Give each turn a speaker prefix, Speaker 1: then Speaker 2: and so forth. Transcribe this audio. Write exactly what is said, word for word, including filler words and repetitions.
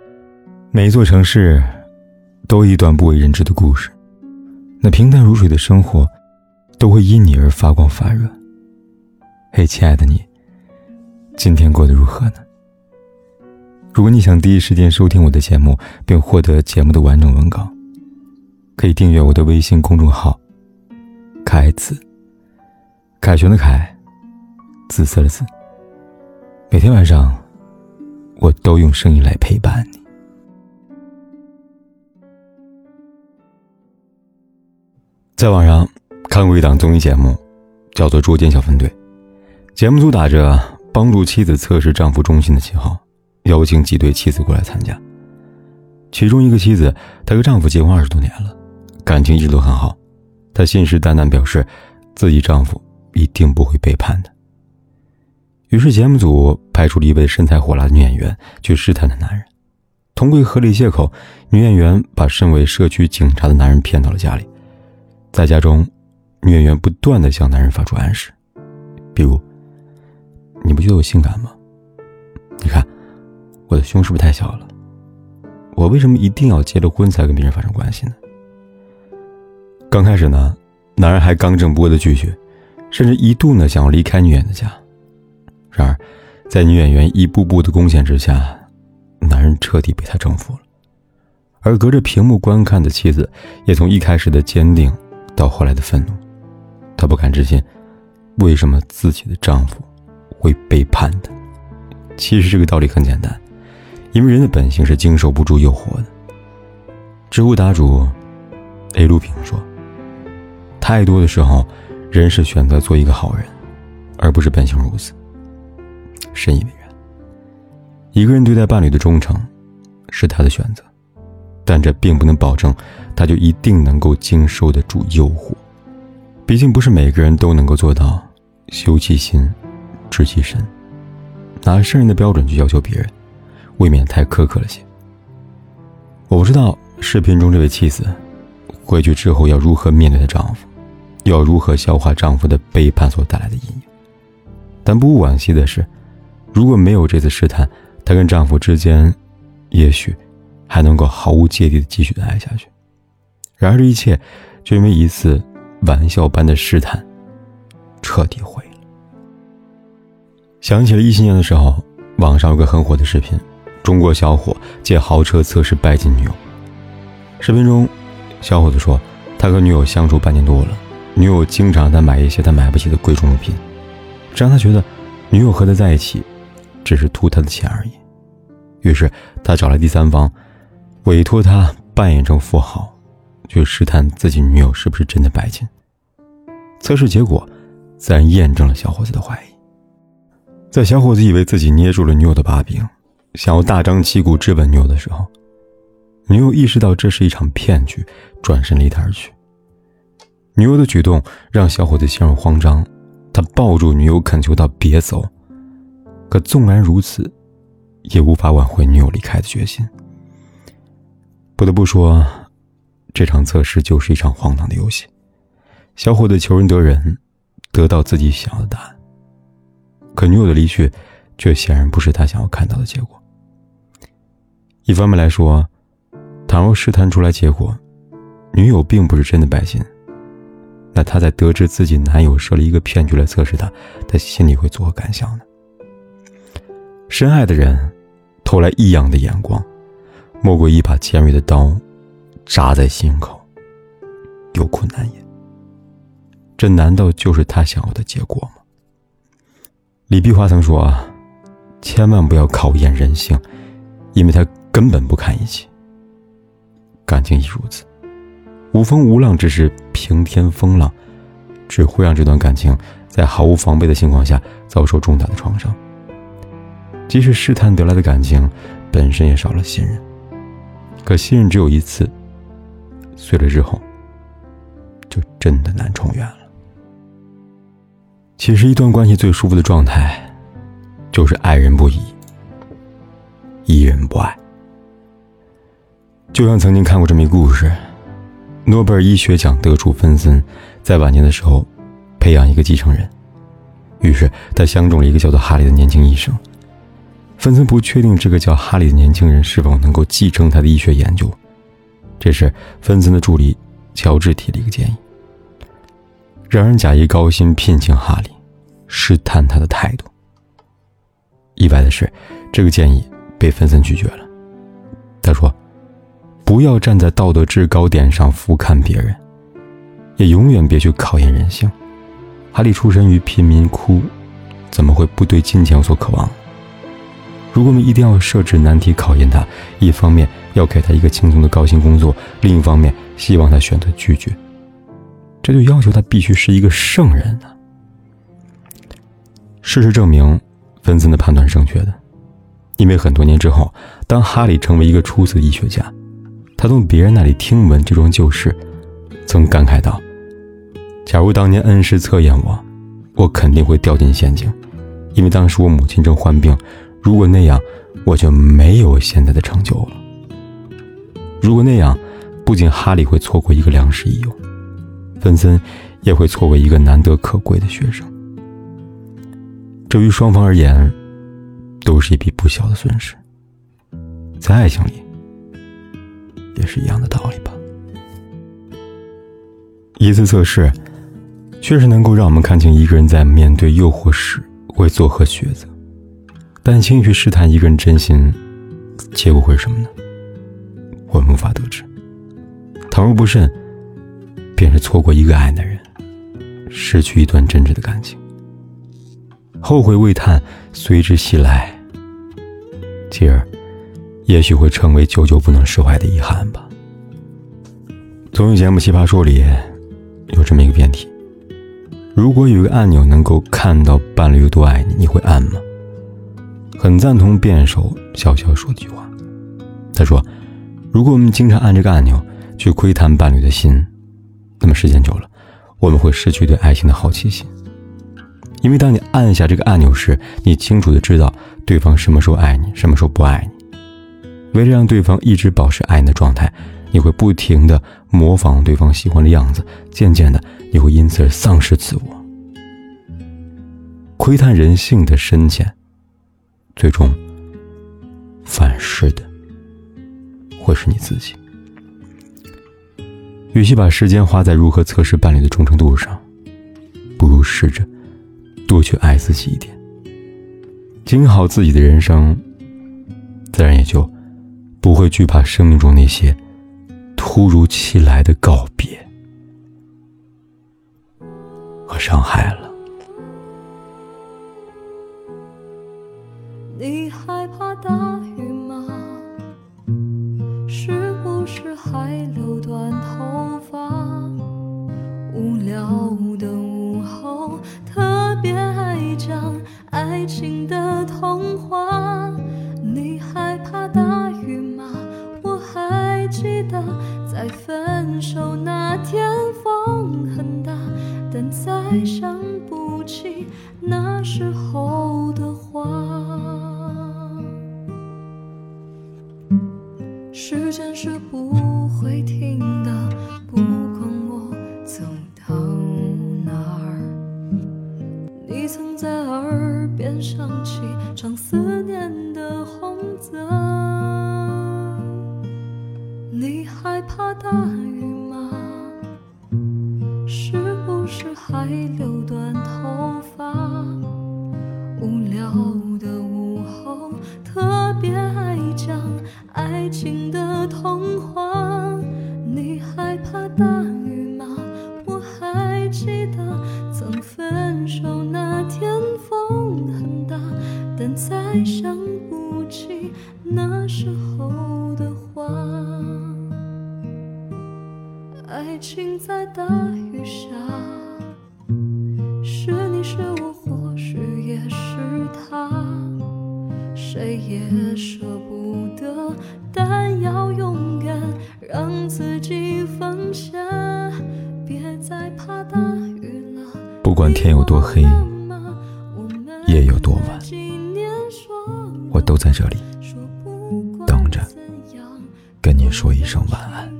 Speaker 1: 每一座城市都有一段不为人知的故事，那平淡如水的生活都会因你而发光发热。嘿，亲爱的你，今天过得如何呢？如果你想第一时间收听我的节目并获得节目的完整文稿，可以订阅我的微信公众号凯子，凯旋的凯，紫色的紫。每天晚上我都用声音来陪伴你。在网上看过一档综艺节目，叫做《捉奸小分队》，节目组打着帮助妻子测试丈夫忠心的旗号，邀请几对妻子过来参加。其中一个妻子，她和丈夫结婚二十多年了，感情一直都很好，她信誓旦旦表示自己丈夫一定不会背叛的。于是节目组派出了一位身材火辣的女演员去试探她男人。通过合理借口，女演员把身为社区警察的男人骗到了家里。在家中，女演员不断地向男人发出暗示，比如，你不觉得我性感吗？你看我的胸是不是太小了？我为什么一定要结了婚才跟别人发生关系呢？刚开始呢，男人还刚正不阿的拒绝，甚至一度呢想要离开女演员的家。然而在女演员一步步的攻陷之下，男人彻底被她征服了。而隔着屏幕观看的妻子也从一开始的坚定到后来的愤怒，她不敢置信为什么自己的丈夫会背叛她。其实这个道理很简单，因为人的本性是经受不住诱惑的。知乎答主 A 路平说，太多的时候人是选择做一个好人，而不是本性如此。深以为然，一个人对待伴侣的忠诚是他的选择，但这并不能保证他就一定能够经受得住诱惑。毕竟不是每个人都能够做到修其心治其身，拿圣人的标准去要求别人，未免太苛刻了些。我不知道视频中这位妻子回去之后要如何面对她丈夫，要如何消化丈夫的背叛所带来的阴影。但不惋惜的是，如果没有这次试探，她跟丈夫之间也许还能够毫无芥蒂的继续的爱下去。然而这一切就因为一次玩笑般的试探彻底毁了。想起了一七年的时候，网上有个很火的视频，中国小伙借豪车测试拜金女友。视频中小伙子说，他和女友相处半年多了，女友经常让他买一些他买不起的贵重物品，这让他觉得女友和他在一起只是图他的钱而已。于是他找来第三方，委托他扮演成富豪，去试探自己女友是不是真的拜金。测试结果自然验证了小伙子的怀疑。在小伙子以为自己捏住了女友的把柄，想要大张旗鼓质问女友的时候，女友意识到这是一场骗局，转身离他而去。女友的举动让小伙子陷入慌张，他抱住女友恳求道别走，可纵然如此，也无法挽回女友离开的决心。不得不说，这场测试就是一场荒唐的游戏。小伙子求人得人，得到自己想要的答案，可女友的离去却显然不是他想要看到的结果。一方面来说，倘若试探出来结果女友并不是真的拜金，那他在得知自己男友设了一个骗局来测试他，他心里会作何感想呢？深爱的人投来异样的眼光，莫过一把尖锐的刀扎在心口，有苦难言。这难道就是他想要的结果吗？李碧华曾说啊，千万不要考验人性，因为他根本不看义气。感情亦如此，无风无浪只是平添风浪，只会让这段感情在毫无防备的情况下遭受重大的创伤。即使试探得来的感情本身也少了信任，可信任只有一次，碎了之后就真的难重圆了。其实一段关系最舒服的状态就是爱人不疑，疑人不爱。就像曾经看过这么一故事，诺贝尔医学奖得主芬森在晚年的时候培养一个继承人，于是他相中了一个叫做哈利的年轻医生。 芬森不确定这个叫哈利的年轻人是否能够继承他的医学研究，这时芬森的助理乔治提了一个建议，让人假意高薪聘请哈利，试探他的态度。意外的是，这个建议被芬森拒绝了。他说，不要站在道德制高点上俯瞰别人，也永远别去考验人性。哈利出身于贫民窟，怎么会不对金钱有所渴望？如果我们一定要设置难题考验他，一方面要给他一个轻松的高薪工作，另一方面希望他选择拒绝，这就要求他必须是一个圣人啊。事实证明，芬森的判断是正确的，因为很多年之后，当哈利成为一个出色的医学家，他从别人那里听闻这桩旧事，曾感慨道，假如当年恩师测验我，我肯定会掉进陷阱，因为当时我母亲正患病，如果那样，我就没有现在的成就了。如果那样，不仅哈利会错过一个良师益友，芬森也会错过一个难得可贵的学生。这于双方而言，都是一笔不小的损失。在爱情里，也是一样的道理吧。一次测试，确实能够让我们看清一个人在面对诱惑时会作何抉择，但轻易去试探一个人真心，结果会是什么呢？我们无法得知。倘若不慎，便是错过一个爱的人，失去一段真挚的感情，后悔未叹随之袭来，继而也许会成为久久不能释怀的遗憾吧。综艺节目《奇葩说》里有这么一个辩题，如果有一个按钮能够看到伴侣有多爱你，你会按吗？很赞同辩手笑笑说句话，他说，如果我们经常按这个按钮去窥探伴侣的心，那么时间久了，我们会失去对爱情的好奇心。因为当你按下这个按钮时，你清楚地知道对方什么时候爱你，什么时候不爱你。为了让对方一直保持爱你的状态，你会不停地模仿对方喜欢的样子，渐渐的你会因此而丧失自我。窥探人性的深浅，最终反噬的会是你自己。与其把时间花在如何测试伴侣的忠诚度上，不如试着多去爱自己一点，经营好自己的人生，自然也就不会惧怕生命中那些突如其来的告别和伤害了。
Speaker 2: 你害怕大雨吗？是不是还留短头发？无聊的午后，特别爱讲爱情的童话。你害怕大雨吗？我还记得在分手那天风很大，但再想不起那时候的话。时间是不会停的，不管我走到哪儿。你曾在耳边响起唱思念的红色。你害怕大雨吗？是不是还留短头发？无聊的午后，特别爱讲爱情的童话。你害怕大雨吗？我还记得曾分手那天风很大，但再想不起那时候的话。爱情在大雨下，是你是我，或许也是他，谁也舍不得，但要勇敢让自己放下。别再怕大雨了，
Speaker 1: 不管天有多黑，夜有多晚，我都在这里等着跟你说一声晚安。